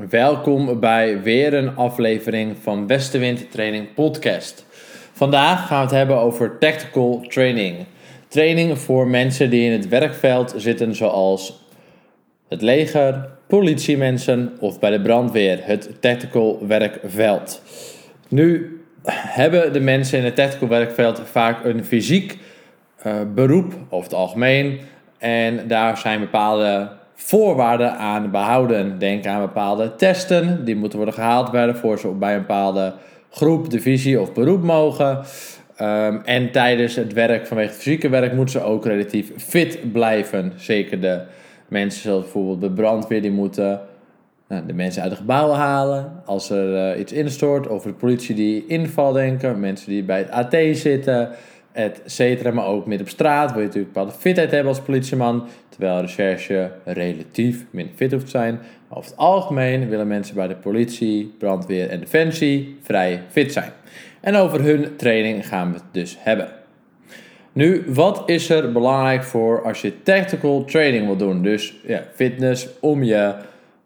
Welkom bij weer een aflevering van Westenwind Training Podcast. Vandaag gaan we het hebben over tactical training. Training voor mensen die in het werkveld zitten zoals het leger, politiemensen of bij de brandweer, het tactical werkveld. Nu hebben de mensen in het tactical werkveld vaak een fysiek beroep over het algemeen. En daar zijn bepaalde voorwaarden aan behouden. Denk aan bepaalde testen. Die moeten worden gehaald voor ze bij een bepaalde groep, divisie of beroep mogen. En tijdens het werk, vanwege het fysieke werk, moeten ze ook relatief fit blijven. Zeker de mensen zoals bijvoorbeeld de brandweer, die moeten de mensen uit de gebouwen halen als er iets instort. Of de politie die inval denken. Mensen die bij het AT zitten, et cetera. Maar ook midden op straat wil je natuurlijk een bepaalde fitheid hebben als politieman. Terwijl recherche relatief minder fit hoeft te zijn. Maar over het algemeen willen mensen bij de politie, brandweer en defensie vrij fit zijn. En over hun training gaan we het dus hebben. Nu, wat is er belangrijk voor als je tactical training wil doen? Dus fitness om je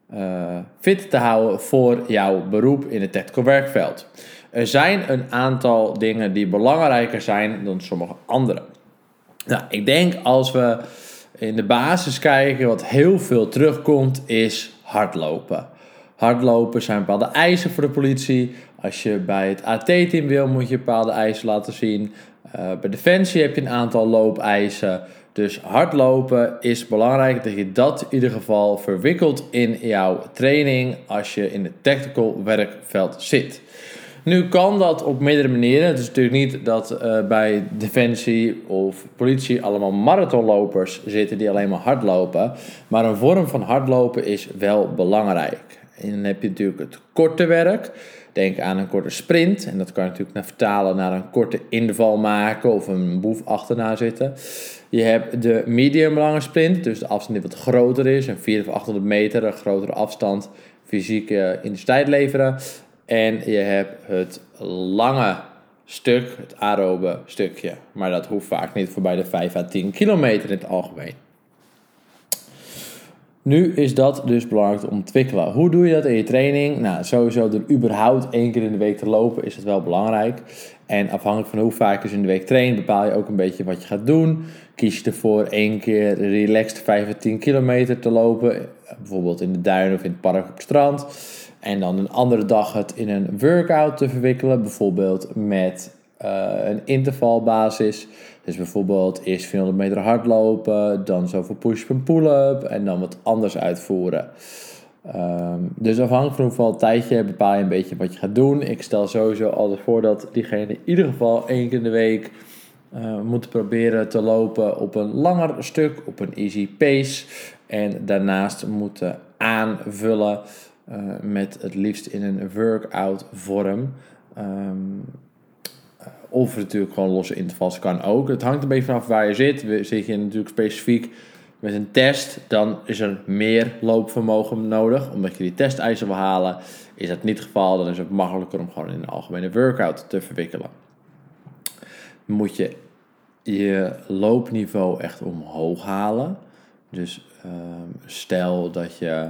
fit te houden voor jouw beroep in het tactical werkveld. Er zijn een aantal dingen die belangrijker zijn dan sommige andere. Nou, ik denk als we in de basis kijken, wat heel veel terugkomt, is hardlopen. Hardlopen zijn bepaalde eisen voor de politie. Als je bij het AT-team wil, moet je bepaalde eisen laten zien. Bij Defensie heb je een aantal loopeisen. Dus hardlopen is belangrijk dat je dat in ieder geval verwikkelt in jouw training als je in het tactical werkveld zit. Nu kan dat op meerdere manieren. Het is natuurlijk niet dat bij Defensie of politie allemaal marathonlopers zitten die alleen maar hardlopen. Maar een vorm van hardlopen is wel belangrijk. En dan heb je natuurlijk het korte werk. Denk aan een korte sprint. En dat kan je natuurlijk vertalen naar een korte inval maken of een boef achterna zitten. Je hebt de medium lange sprint. Dus de afstand die wat groter is. Een 400 of 800 meter, een grotere afstand. Fysieke intensiteit leveren. En je hebt het lange stuk, het aerobe stukje. Maar dat hoeft vaak niet voorbij de 5 à 10 kilometer in het algemeen. Nu is dat dus belangrijk te ontwikkelen. Hoe doe je dat in je training? Nou, sowieso door überhaupt 1 keer in de week te lopen is dat wel belangrijk. En afhankelijk van hoe vaak je in de week traint, bepaal je ook een beetje wat je gaat doen. Kies je ervoor 1 keer relaxed 5 à 10 kilometer te lopen. Bijvoorbeeld in de duinen of in het park op het strand. En dan een andere dag het in een workout te verwikkelen. Bijvoorbeeld met een intervalbasis. Dus bijvoorbeeld eerst 400 meter hardlopen. Dan zoveel push-up en pull-up. En dan wat anders uitvoeren. Dus afhankelijk van hoeveel tijd je hebt, bepaal je een beetje wat je gaat doen. Ik stel sowieso altijd voor dat diegene in ieder geval 1 keer in de week moet proberen te lopen op een langer stuk. Op een easy pace. En daarnaast moeten aanvullen met het liefst in een workout vorm. Of natuurlijk gewoon losse intervals kan ook. Het hangt een beetje vanaf waar je zit. Zit je natuurlijk specifiek met een test, dan is er meer loopvermogen nodig. Omdat je die testeisen wil halen. Is dat niet het geval, dan is het makkelijker om gewoon in een algemene workout te verwikkelen. Moet je je loopniveau echt omhoog halen. Dus stel dat je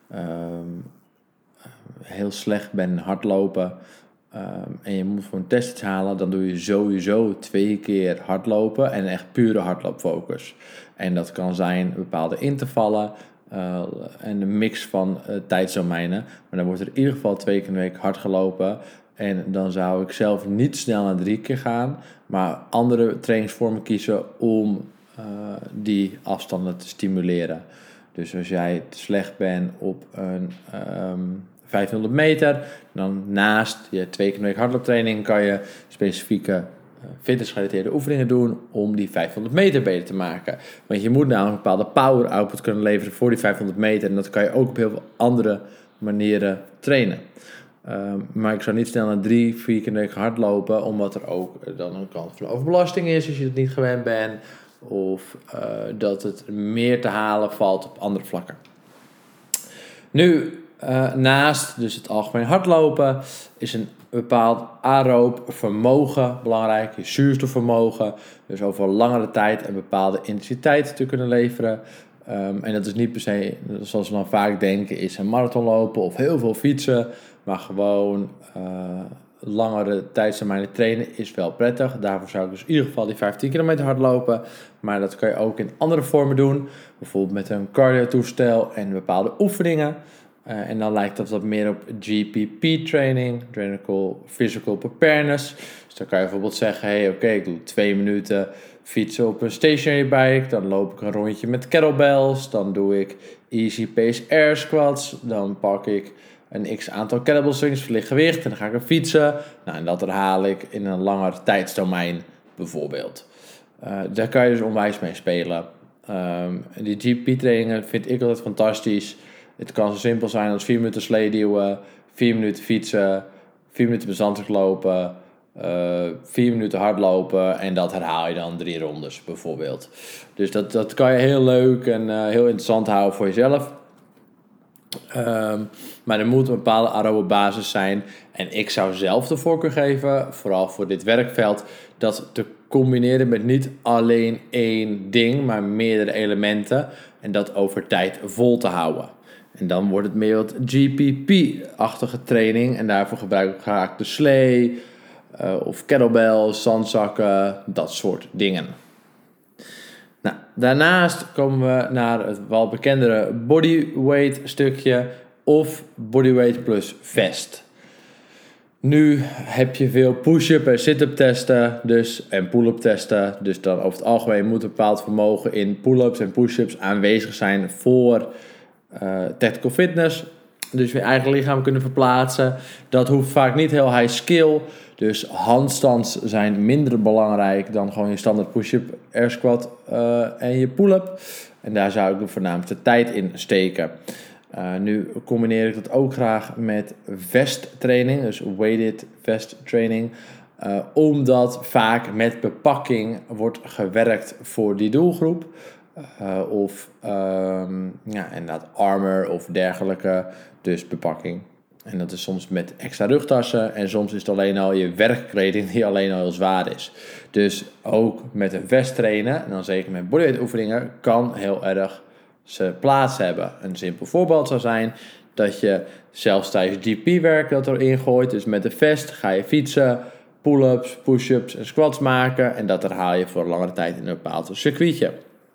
heel slecht bent in hardlopen en je moet voor een test iets halen, dan doe je sowieso 2 keer hardlopen en echt pure hardloopfocus. En dat kan zijn bepaalde intervallen en een mix van tijdsdomeinen. Maar dan wordt er in ieder geval 2 keer in de week hard gelopen. En dan zou ik zelf niet snel naar 3 keer gaan, maar andere trainingsvormen kiezen om die afstanden te stimuleren. Dus als jij slecht bent op een 500 meter, dan naast je 2 keer in de week hardlooptraining kan je specifieke fitnessgerelateerde oefeningen doen om die 500 meter beter te maken. Want je moet namelijk een bepaalde power output kunnen leveren voor die 500 meter en dat kan je ook op heel veel andere manieren trainen. Maar ik zou niet snel naar 3-4 keer in de week hardlopen, omdat er ook dan een kans van overbelasting is als je het niet gewend bent. Of dat het meer te halen valt op andere vlakken. Nu, naast dus het algemeen hardlopen is een bepaald aeroob vermogen belangrijk. Je zuurstofvermogen. Dus over langere tijd een bepaalde intensiteit te kunnen leveren. En dat is niet per se, zoals we dan vaak denken, is een marathon lopen of heel veel fietsen. Maar gewoon langere tijdstermijnen trainen is wel prettig. Daarvoor zou ik dus in ieder geval die 15 kilometer hardlopen. Maar dat kan je ook in andere vormen doen. Bijvoorbeeld met een cardio-toestel en bepaalde oefeningen. En dan lijkt dat wat meer op GPP-training, General Physical Preparedness. Dus dan kan je bijvoorbeeld zeggen, ik doe 2 minuten fietsen op een stationary bike. Dan loop ik een rondje met kettlebells. Dan doe ik easy pace air squats. Dan pak ik een x aantal kettlebell swings voor licht gewicht. En dan ga ik er fietsen. En dat herhaal ik in een langer tijdsdomein bijvoorbeeld. Daar kan je dus onwijs mee spelen. Die GP-trainingen vind ik altijd fantastisch. Het kan zo simpel zijn als 4 minuten sleeduwen, 4 minuten fietsen, 4 minuten bezandig lopen, 4 minuten hardlopen en dat herhaal je dan 3 rondes bijvoorbeeld. Dus dat kan je heel leuk en heel interessant houden voor jezelf. Maar er moet een bepaalde aerobe basis zijn. En ik zou zelf de voorkeur geven, vooral voor dit werkveld, dat te combineren met niet alleen één ding, maar meerdere elementen. En dat over tijd vol te houden. En dan wordt het meer wat GPP-achtige training. En daarvoor gebruik ik graag de slee, of kettlebells, zandzakken, dat soort dingen. Nou, daarnaast komen we naar het wel bekendere bodyweight stukje of bodyweight plus vest. Nu heb je veel push-up en sit-up testen en pull-up testen. Dus dan over het algemeen moet een bepaald vermogen in pull-ups en push-ups aanwezig zijn voor tactical fitness. Dus je eigen lichaam kunnen verplaatsen. Dat hoeft vaak niet heel high skill. Dus handstands zijn minder belangrijk dan gewoon je standaard push-up, air squat en je pull-up. En daar zou ik de voornaamste tijd in steken. Nu combineer ik dat ook graag met vesttraining, dus weighted vest training. Omdat vaak met bepakking wordt gewerkt voor die doelgroep. Inderdaad armor of dergelijke, dus bepakking. En dat is soms met extra rugtassen en soms is het alleen al je werkkleding die alleen al heel zwaar is. Dus ook met een vest trainen, en dan zeker met bodyweight oefeningen, kan heel erg zijn plaats hebben. Een simpel voorbeeld zou zijn dat je zelfs tijdens GP-werk dat erin gooit. Dus met een vest ga je fietsen, pull-ups, push-ups en squats maken. En dat herhaal je voor een langere tijd in een bepaald circuitje.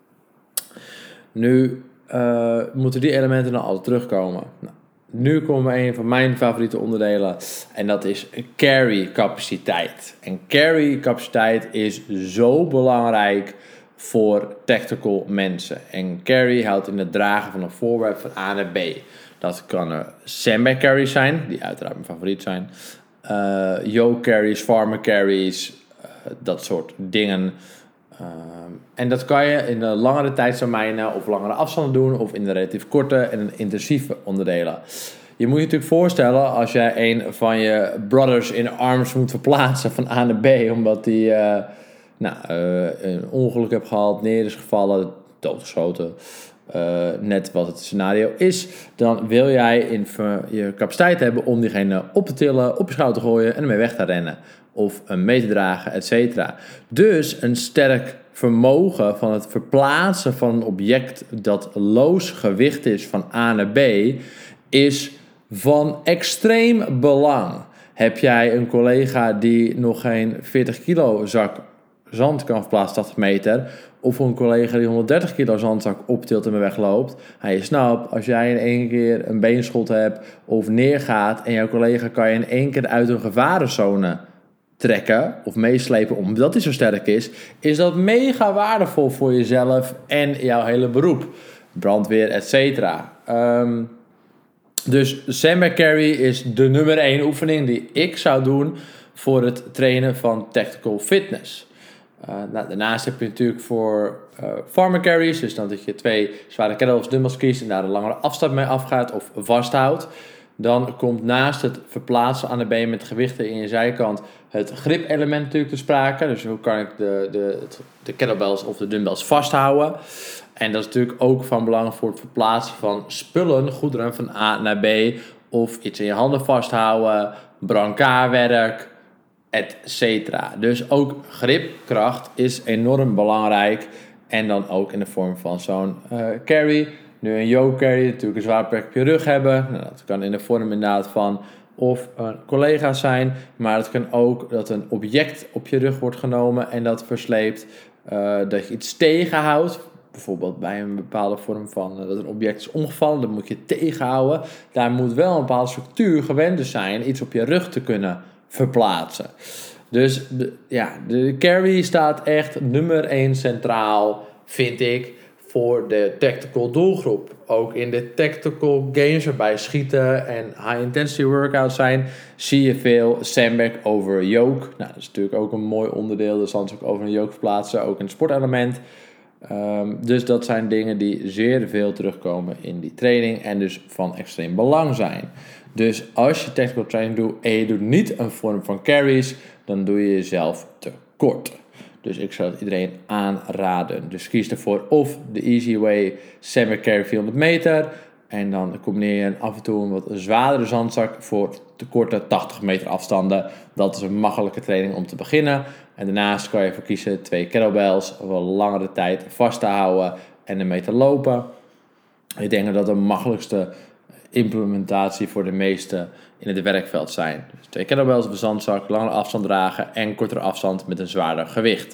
Nu moeten die elementen dan altijd terugkomen. Nou, nu komen we een van mijn favoriete onderdelen. En dat is carry capaciteit. En carry capaciteit is zo belangrijk voor tactical mensen. En carry houdt in het dragen van een voorwerp van A naar B. Dat kan een sandbag carries zijn, die uiteraard mijn favoriet zijn. Yoke carries, farmer carries, dat soort dingen. En dat kan je in de langere tijdstermijnen of langere afstanden doen, of in de relatief korte en intensieve onderdelen. Je moet je natuurlijk voorstellen als jij een van je brothers in arms moet verplaatsen van A naar B, omdat die een ongeluk heeft gehad, neer is gevallen, doodgeschoten, net wat het scenario is, dan wil jij je capaciteit hebben om diegene op te tillen, op je schouder te gooien en ermee weg te rennen. Of mee te dragen, etc. Dus een sterk vermogen van het verplaatsen van een object dat loos gewicht is van A naar B is van extreem belang. Heb jij een collega die nog geen 40 kilo zak zand kan verplaatsen, 80 meter, of een collega die 130 kilo zandzak optilt en weer wegloopt. Je snapt, als jij in één keer een beenschot hebt of neergaat en jouw collega kan je in één keer uit een gevarenzone trekken of meeslepen omdat hij zo sterk is dat mega waardevol voor jezelf en jouw hele beroep. Brandweer, etc. Dus sandbag carry is de nummer 1 oefening die ik zou doen voor het trainen van tactical fitness. Daarnaast heb je natuurlijk voor farmer carries, dus dan dat je 2 zware kettlebells dumbbells kiest en daar een langere afstand mee afgaat of vasthoudt. Dan komt naast het verplaatsen aan de been met gewichten in je zijkant het grip-element natuurlijk te sprake. Dus hoe kan ik de kettlebells of de dumbbells vasthouden? En dat is natuurlijk ook van belang voor het verplaatsen van spullen, goederen van A naar B. Of iets in je handen vasthouden, brancardwerk, etc. Dus ook gripkracht is enorm belangrijk. En dan ook in de vorm van zo'n carry. Nu een yoke carry, natuurlijk een zwaar plek op je rug hebben. Nou, dat kan in de vorm inderdaad van of een collega zijn. Maar het kan ook dat een object op je rug wordt genomen en dat versleept. Dat je iets tegenhoudt. Bijvoorbeeld bij een bepaalde vorm van dat een object is omgevallen. Dat moet je tegenhouden. Daar moet wel een bepaalde structuur gewend zijn. Iets op je rug te kunnen verplaatsen. Dus de carry staat echt nummer 1 centraal, vind ik, voor de tactical doelgroep. Ook in de tactical games waarbij schieten en high intensity workouts zijn, zie je veel sandbag over yoke. Nou, dat is natuurlijk ook een mooi onderdeel. Dus dan ook over een yoke verplaatsen, ook in het sportelement. Dus dat zijn dingen die zeer veel terugkomen in die training en dus van extreem belang zijn. Dus als je tactical training doet en je doet niet een vorm van carries, dan doe je jezelf tekort. Dus ik zou het iedereen aanraden. Dus kies ervoor of de easy way sandbag carry 400 meter. En dan combineer je af en toe een wat zwaardere zandzak voor de korte 80 meter afstanden. Dat is een makkelijke training om te beginnen. En daarnaast kan je ervoor kiezen 2 kettlebells voor een langere tijd vast te houden en ermee te lopen. Ik denk dat dat de makkelijkste implementatie voor de meesten in het werkveld zijn. Dus 2 kettlebells op een zandzak, langere afstand dragen en kortere afstand met een zwaarder gewicht.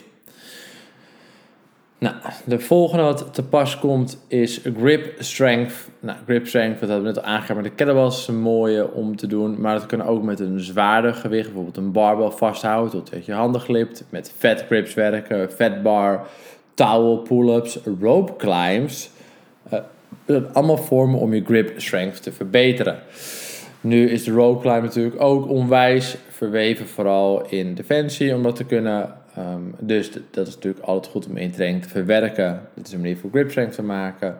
Nou, de volgende wat te pas komt is grip strength. Nou, grip strength, dat hebben we net al aangegeven, maar de kettlebells is een mooie om te doen. Maar dat kan ook met een zwaarder gewicht, bijvoorbeeld een barbell vasthouden totdat je handen glipt. Met fat grips werken, fat bar, towel pull-ups, rope climbs. Allemaal vormen om je grip strength te verbeteren. Nu is de rope climb natuurlijk ook onwijs verweven, vooral in defensie, om dat te kunnen. Dus dat is natuurlijk altijd goed om in training te verwerken. Dat is een manier voor grip strength te maken.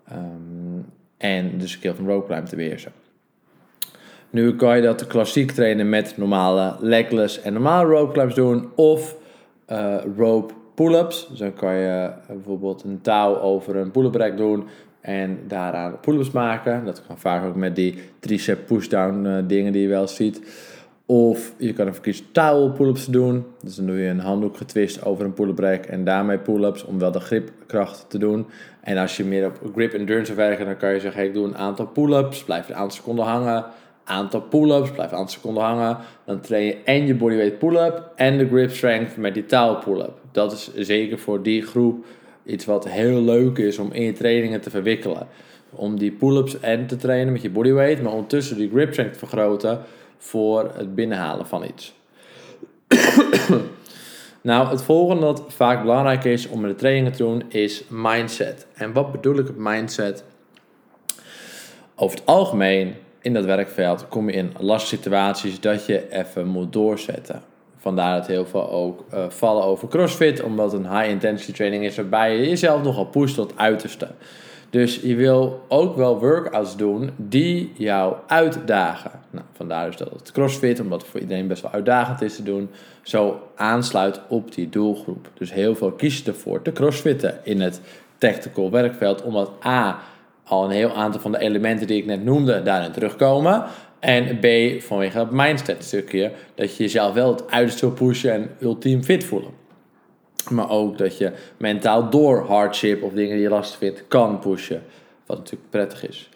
En de skill van rope climb te beheersen. Nu kan je dat klassiek trainen met normale legless en normale rope climbs doen. Of rope pull-ups. Dus dan kan je bijvoorbeeld een touw over een pull-up rack doen. En daaraan pull-ups maken. Dat kan vaak ook met die tricep push-down dingen die je wel ziet. Of je kan ervoor kiezen towel pull-ups te doen. Dus dan doe je een handdoek getwist over een pull-up rack en daarmee pull-ups om wel de gripkracht te doen. En als je meer op grip endurance wil werken, dan kan je zeggen, hey, ik doe een aantal pull-ups, blijf een aantal seconden hangen. Aantal pull-ups, blijf een aantal seconden hangen. Dan train je en je bodyweight pull-up en de grip strength met die towel pull-up. Dat is zeker voor die groep iets wat heel leuk is om in je trainingen te verwikkelen. Om die pull-ups en te trainen met je bodyweight, maar ondertussen die grip strength te vergroten voor het binnenhalen van iets. Nou, het volgende dat vaak belangrijk is om in de trainingen te doen is mindset. En wat bedoel ik met mindset? Over het algemeen in dat werkveld kom je in lastige situaties dat je even moet doorzetten. Vandaar dat heel veel ook vallen over CrossFit, omdat het een high intensity training is waarbij je jezelf nogal pusht tot het uiterste. Dus je wil ook wel workouts doen die jou uitdagen. Nou, vandaar dus dat het CrossFit, omdat het voor iedereen best wel uitdagend is te doen, zo aansluit op die doelgroep. Dus heel veel kiezen ervoor te crossfitten in het tactical werkveld, omdat A, al een heel aantal van de elementen die ik net noemde daarin terugkomen. En B, vanwege dat mindset stukje, dat je jezelf wel het uiterste wil pushen en ultiem fit voelen. Maar ook dat je mentaal door hardship of dingen die je lastig vindt kan pushen. Wat natuurlijk prettig is.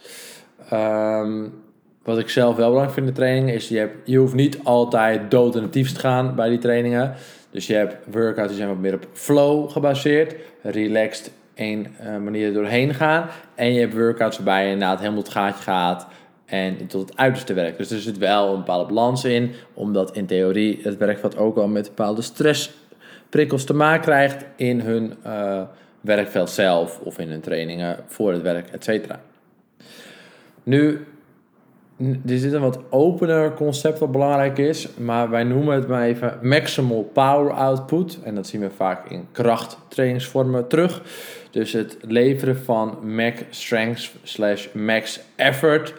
Wat ik zelf wel belangrijk vind in de training is, je hoeft niet altijd dood en actief te gaan bij die trainingen. Dus je hebt workouts die zijn wat meer op flow gebaseerd. Relaxed, één manier er doorheen gaan. En je hebt workouts waarbij je inderdaad helemaal het gaatje gaat en tot het uiterste werkt. Dus er zit wel een bepaalde balans in. Omdat in theorie het werkveld ook wel met bepaalde stressprikkels te maken krijgt in hun werkveld zelf of in hun trainingen voor het werk, etc. Nu, er zit een wat opener concept wat belangrijk is, maar wij noemen het maar even maximal power output. En dat zien we vaak in krachttrainingsvormen terug. Dus het leveren van max strength / max effort.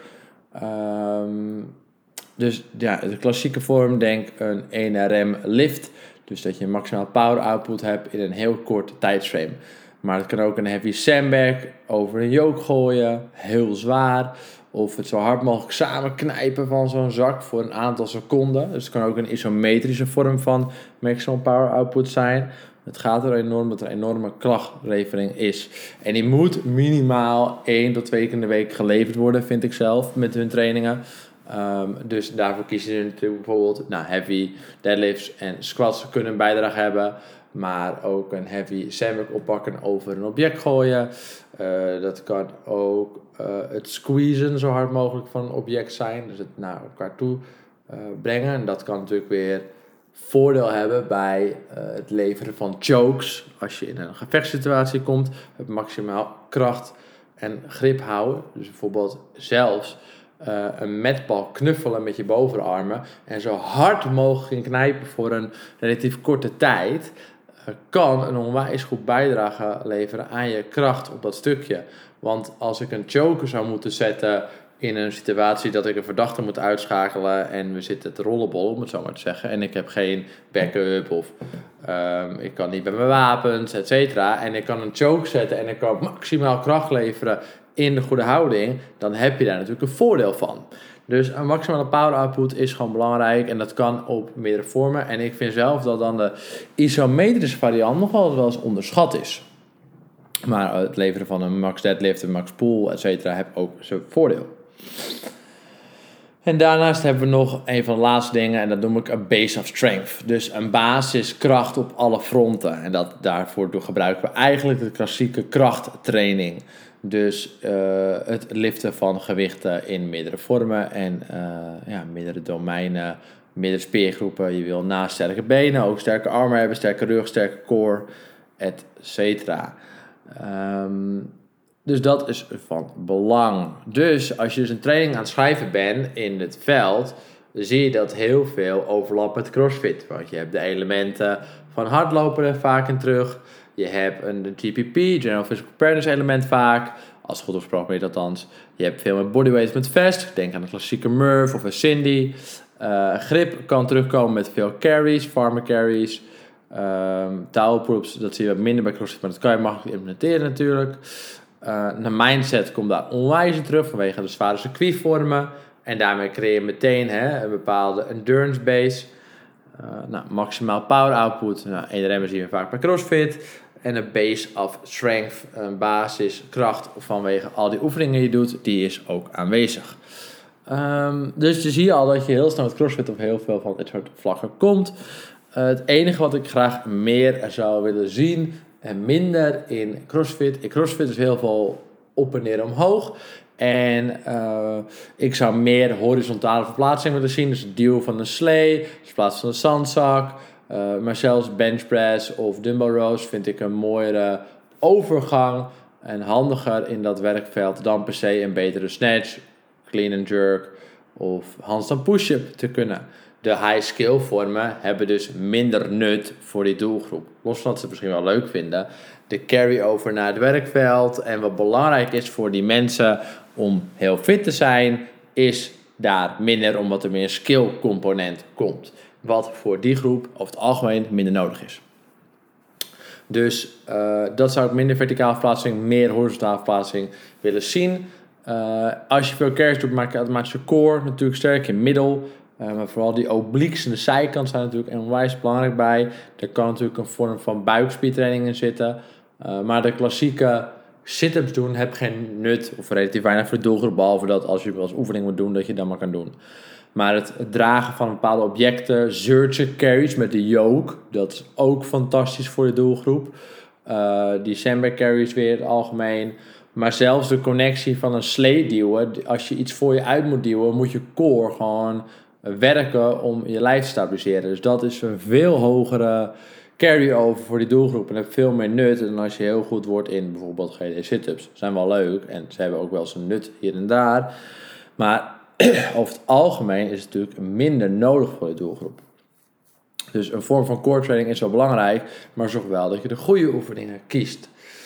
Dus ja, de klassieke vorm, denk een 1RM lift. Dus dat je een maximaal power output hebt in een heel kort tijdsframe. Maar het kan ook een heavy sandbag over een yoke gooien, heel zwaar. Of het zo hard mogelijk samenknijpen van zo'n zak voor een aantal seconden. Dus het kan ook een isometrische vorm van maximal power output zijn. Het gaat er enorm dat er een enorme krachtlevering is. En die moet minimaal 1 tot 2 keer in de week geleverd worden, vind ik zelf, met hun trainingen. Dus daarvoor kiezen ze natuurlijk bijvoorbeeld heavy deadlifts en squats kunnen een bijdrage hebben. Maar ook een heavy sandbag oppakken over een object gooien. Dat kan ook het squeezen zo hard mogelijk van een object zijn. Dus het naar elkaar toe brengen. En dat kan natuurlijk weer voordeel hebben bij het leveren van chokes. Als je in een gevechtssituatie komt, het maximaal kracht en grip houden. Dus bijvoorbeeld zelfs een metbal knuffelen met je bovenarmen en zo hard mogelijk in knijpen voor een relatief korte tijd, kan een onwijs goed bijdrage leveren aan je kracht op dat stukje. Want als ik een choker zou moeten zetten in een situatie dat ik een verdachte moet uitschakelen en we zitten te rollenbollen, om het zo maar te zeggen, en ik heb geen backup of ik kan niet bij mijn wapens, et cetera, en ik kan een choke zetten en ik kan maximaal kracht leveren in de goede houding, dan heb je daar natuurlijk een voordeel van. Dus een maximale power output is gewoon belangrijk en dat kan op meerdere vormen. En ik vind zelf dat dan de isometrische variant nog wel eens onderschat is. Maar het leveren van een max deadlift, een max pull, et cetera, heeft ook zijn voordeel. En daarnaast hebben we nog een van de laatste dingen en dat noem ik een base of strength. Dus een basiskracht op alle fronten. En daarvoor gebruiken we eigenlijk de klassieke krachttraining. Dus het liften van gewichten in meerdere vormen en meerdere domeinen, meerdere speergroepen. Je wil naast sterke benen ook sterke armen hebben, sterke rug, sterke core, et cetera. Dus dat is van belang. Dus als je dus een training aan het schrijven bent in het veld, dan zie je dat heel veel overlapt met CrossFit. Want je hebt de elementen van hardlopen er vaak in terug. Je hebt een GPP, General Physical Preparedness element vaak. Als het goed gesproken is althans. Je hebt veel met bodyweight met vest. Denk aan de klassieke Murph of een Cindy. Grip kan terugkomen met veel carries, farmer carries. Towel props, dat zie je wat minder bij CrossFit, maar dat kan je makkelijk implementeren natuurlijk. De mindset komt daar onwijs in terug vanwege de zware circuitvormen. En daarmee creëer je meteen een bepaalde endurance base. Maximaal power output. EDRM zien we vaak bij CrossFit. En een base of strength, een basiskracht vanwege al die oefeningen die je doet, die is ook aanwezig. Dus je ziet al dat je heel snel met CrossFit op heel veel van dit soort vlakken komt. Het enige wat ik graag meer zou willen zien en minder in CrossFit. In CrossFit is heel veel op en neer omhoog. En ik zou meer horizontale verplaatsing willen zien. Dus het duwen van een slee, in plaats van een zandzak. Maar zelfs benchpress of dumbbell rows vind ik een mooiere overgang. En handiger in dat werkveld dan per se een betere snatch, clean and jerk of handstand push-up te kunnen. De high skill vormen hebben dus minder nut voor die doelgroep. Los van dat ze het misschien wel leuk vinden. De carry-over naar het werkveld en wat belangrijk is voor die mensen om heel fit te zijn, is daar minder omdat er meer skill component komt. Wat voor die groep over het algemeen minder nodig is. Dus dat zou ik minder verticale verplaatsing, meer horizontale verplaatsing willen zien. Als je veel carries doet, maak je automatisch je core natuurlijk sterk in middel. Maar vooral die obliques aan de zijkant zijn natuurlijk onwijs belangrijk bij. Er kan natuurlijk een vorm van buikspiertraining in zitten. Maar de klassieke sit-ups doen heb geen nut of relatief weinig voor de doelgroep. Behalve dat als je als oefening moet doen, dat je dat maar kan doen. Maar het dragen van bepaalde objecten, searchen carries met de yoke, dat is ook fantastisch voor de doelgroep. Die sandbag carries weer in het algemeen. Maar zelfs de connectie van een slee duwen, als je iets voor je uit moet duwen, moet je core gewoon werken om je lijf te stabiliseren. Dus dat is een veel hogere carry-over voor die doelgroep en heeft veel meer nut dan als je heel goed wordt in bijvoorbeeld GD sit-ups. Zijn wel leuk en ze hebben ook wel zijn nut hier en daar. Maar over het algemeen is het natuurlijk minder nodig voor de doelgroep. Dus een vorm van core training is wel belangrijk, maar zorg wel dat je de goede oefeningen kiest.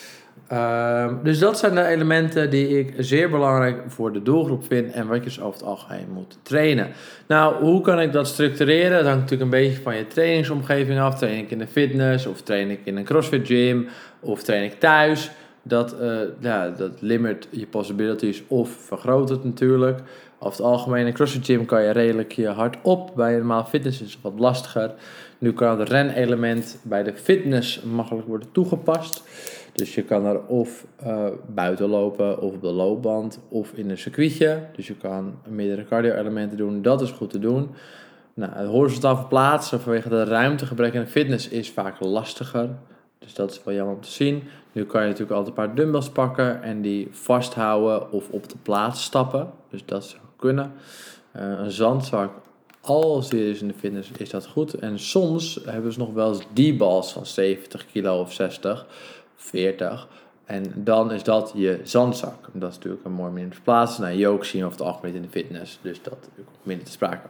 Dus dat zijn de elementen die ik zeer belangrijk voor de doelgroep vind en wat je dus over het algemeen moet trainen. Nou, hoe kan ik dat structureren? Dat hangt natuurlijk een beetje van je trainingsomgeving af. Train ik in de fitness of train ik in een CrossFit gym of train ik thuis? Dat limit je possibilities of vergroot het natuurlijk. Over het algemeen in een CrossFit gym kan je redelijk je hard op. Bij een normaal fitness is het wat lastiger. Nu kan het renelement bij de fitness makkelijk worden toegepast. Dus je kan er of buiten lopen of op de loopband of in een circuitje. Dus je kan meerdere cardio-elementen doen. Dat is goed te doen. Nou, het horizontaal verplaatsen vanwege de ruimtegebrek in de fitness is vaak lastiger. Dus dat is wel jammer om te zien. Nu kan je natuurlijk altijd een paar dumbbells pakken en die vasthouden of op de plaats stappen. Dus dat zou kunnen. Een zandzak, als die is in de fitness, is dat goed. En soms hebben ze nog wel eens D-balls van 70 kilo of 60, 40. En dan is dat je zandzak. Dat is natuurlijk een mooi manier te verplaatsen. Nou, je ook zien over het algemeen in de fitness. Dus dat is minder te sprake.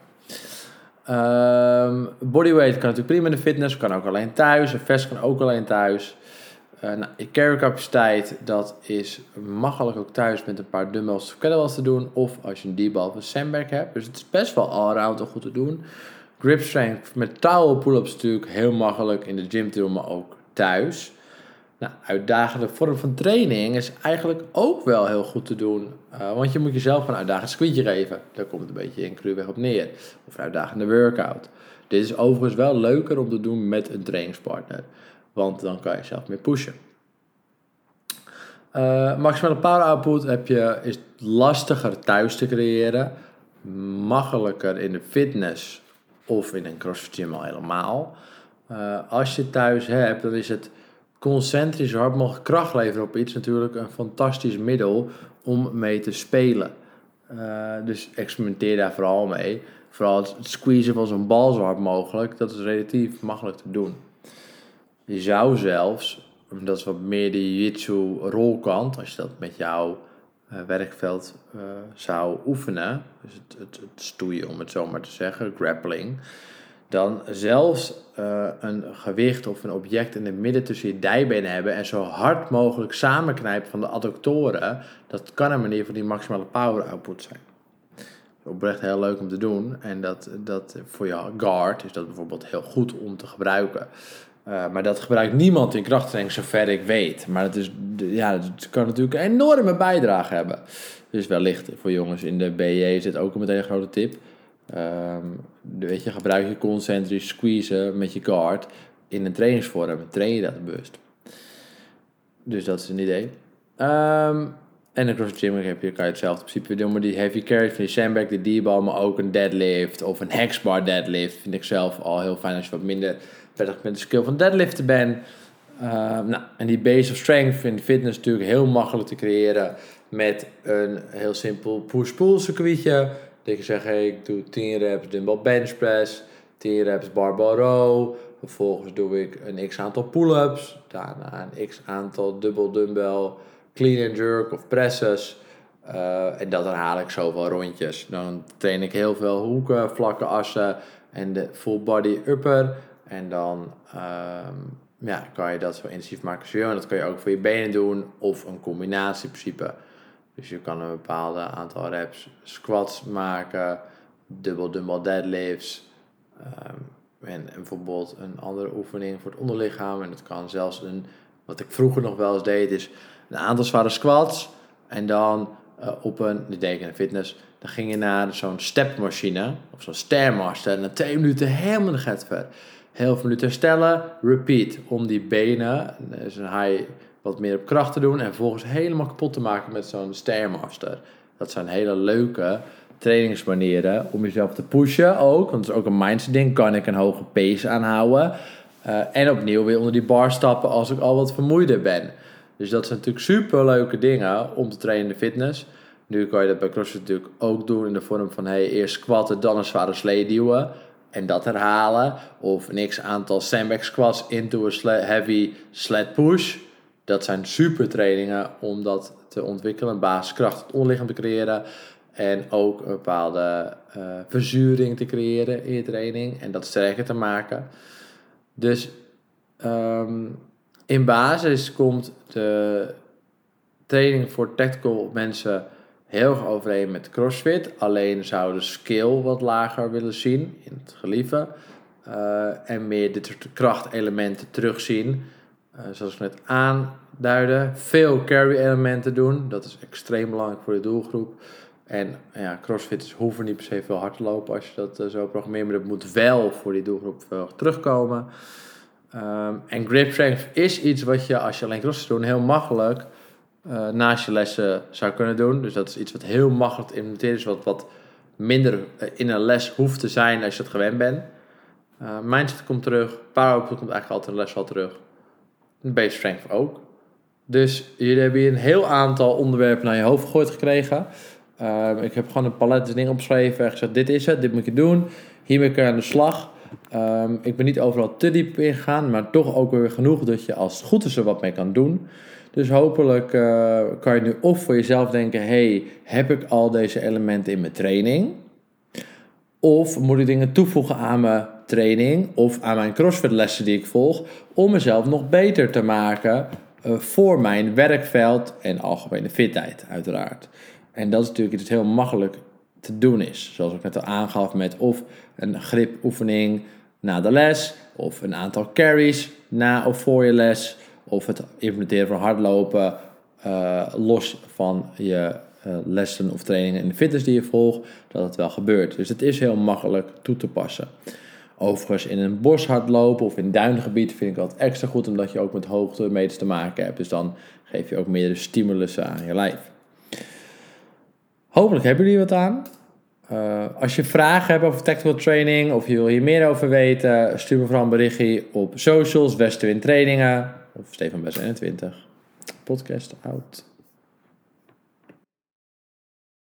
Bodyweight kan natuurlijk prima in de fitness, kan ook alleen thuis. Een vest kan ook alleen thuis. Je carry capaciteit, dat is makkelijk ook thuis met een paar dumbbells of kettlebells te doen. Of als je een D-bal of een sandbag hebt. Dus het is best wel allround goed te doen. Grip strength met towel pull-ups natuurlijk heel makkelijk in de gym te doen, maar ook thuis. Nou, uitdagende vorm van training is eigenlijk ook wel heel goed te doen. Want je moet jezelf een uitdagend squeeze geven. Daar komt het een beetje in cruwweg op neer. Of een uitdagende workout. Dit is overigens wel leuker om te doen met een trainingspartner. Want dan kan je zelf meer pushen. Maximale power output is lastiger thuis te creëren. Makkelijker in de fitness of in een CrossFit gym al helemaal. Als je het thuis hebt, dan is het concentrisch zo hard mogelijk kracht leveren op iets natuurlijk een fantastisch middel om mee te spelen. Dus experimenteer daar vooral mee. Vooral het squeezen van zo'n bal zo hard mogelijk, dat is relatief makkelijk te doen. Je zou zelfs, dat is wat meer de jiu-jitsu rolkant, als je dat met jouw werkveld zou oefenen, dus het stoeien om het zo maar te zeggen, grappling, dan zelfs een gewicht of een object in het midden tussen je dijbenen hebben en zo hard mogelijk samenknijpen van de adductoren, dat kan een manier van die maximale power output zijn. Oprecht heel leuk om te doen en dat voor je guard is dat bijvoorbeeld heel goed om te gebruiken. Maar dat gebruikt niemand in krachttraining zover ik weet. Maar het kan natuurlijk een enorme bijdrage hebben. Dus wellicht voor jongens in de BJ is dit ook meteen een grote tip. Gebruik je concentrisch squeezen met je guard in een trainingsvorm. Train je dat bewust. Dus dat is een idee. En in CrossFit Gym kan je hetzelfde principe doen. Maar die heavy carry van die sandbag, die D-bal, maar ook een deadlift of een hexbar deadlift. Vind ik zelf al heel fijn als je wat minder prettig met de skill van deadliften bent. En die base of strength in fitness natuurlijk heel makkelijk te creëren met een heel simpel push-pull circuitje. Dat je zegt, ik doe 10 reps dumbbell bench press, 10 reps barbell row. Vervolgens doe ik een x-aantal pull-ups, daarna een x-aantal dubbel dumbbell clean and jerk of presses. En dat herhaal ik zoveel rondjes. Dan train ik heel veel hoeken, vlakke assen en de full body upper. En dan kan je dat zo intensief maken als je wil. En dat kan je ook voor je benen doen of een combinatieprincipe. Dus je kan een bepaald aantal reps squats maken, dumbbell deadlifts. En bijvoorbeeld een andere oefening voor het onderlichaam. En dat kan zelfs wat ik vroeger nog wel eens deed, is een aantal zware squats. En dan dit deed ik in de fitness, dan ging je naar zo'n stepmachine of zo'n stairmaster. En dan 2 minuten helemaal de get ver. Heel veel minuten herstellen, repeat. Om die benen, dus een high wat meer op kracht te doen. En vervolgens helemaal kapot te maken met zo'n stairmaster. Dat zijn hele leuke trainingsmanieren om jezelf te pushen ook. Want het is ook een mindset ding. Kan ik een hoge pace aanhouden? En opnieuw weer onder die bar stappen als ik al wat vermoeider ben. Dus dat zijn natuurlijk super leuke dingen om te trainen in de fitness. Nu kan je dat bij CrossFit natuurlijk ook doen in de vorm van eerst squatten, dan een zware slee duwen. En dat herhalen. Of een x-aantal sandbag squats into a heavy sled push. Dat zijn super trainingen om dat te ontwikkelen. Basiskracht, het onderlichaam te creëren. En ook een bepaalde verzuring te creëren in je training. En dat sterker te maken. Dus in basis komt de training voor tactical mensen heel erg overeen met CrossFit. Alleen zou de skill wat lager willen zien in het gelieven. En meer dit soort krachtelementen terugzien. Zoals ik net aanduidde. Veel carry elementen doen. Dat is extreem belangrijk voor de doelgroep. En crossfitters hoeven niet per se veel hard te lopen als je dat zo programmeert. Maar dat moet wel voor die doelgroep terugkomen. En grip strength is iets wat je, als je alleen crossfit doet, heel makkelijk naast je lessen zou kunnen doen. Dus dat is iets wat heel makkelijk te implementeren is. Wat minder in een les hoeft te zijn als je dat gewend bent. Mindset komt terug. Power-output komt eigenlijk altijd in de les wel terug. Base strength ook. Dus jullie hebben hier een heel aantal onderwerpen naar je hoofd gegooid gekregen. Ik heb gewoon een palet dingen opgeschreven en gezegd, dit is het, dit moet je doen. Hiermee kun je aan de slag. Ik ben niet overal te diep ingegaan, maar toch ook weer genoeg dat je als het goed is er wat mee kan doen. Dus hopelijk kan je nu of voor jezelf denken, heb ik al deze elementen in mijn training? Of moet ik dingen toevoegen aan mijn training of aan mijn CrossFit lessen die ik volg, om mezelf nog beter te maken voor mijn werkveld en algemene fitheid uiteraard. En dat is natuurlijk iets dat heel makkelijk te doen is. Zoals ik net al aangaf met of een gripoefening na de les, of een aantal carries na of voor je les, of het implementeren van hardlopen los van je lessen of trainingen en de fitness die je volgt, dat het wel gebeurt. Dus het is heel makkelijk toe te passen. Overigens in een bos hardlopen of in duingebied vind ik dat extra goed, omdat je ook met hoogtemeters te maken hebt. Dus dan geef je ook meer de stimulussen aan je lijf. Hopelijk hebben jullie wat aan. Als je vragen hebt over tactical training of je wil hier meer over weten, stuur me vooral een berichtje op socials, Westenwind Trainingen of Stefan Best 21. Podcast out.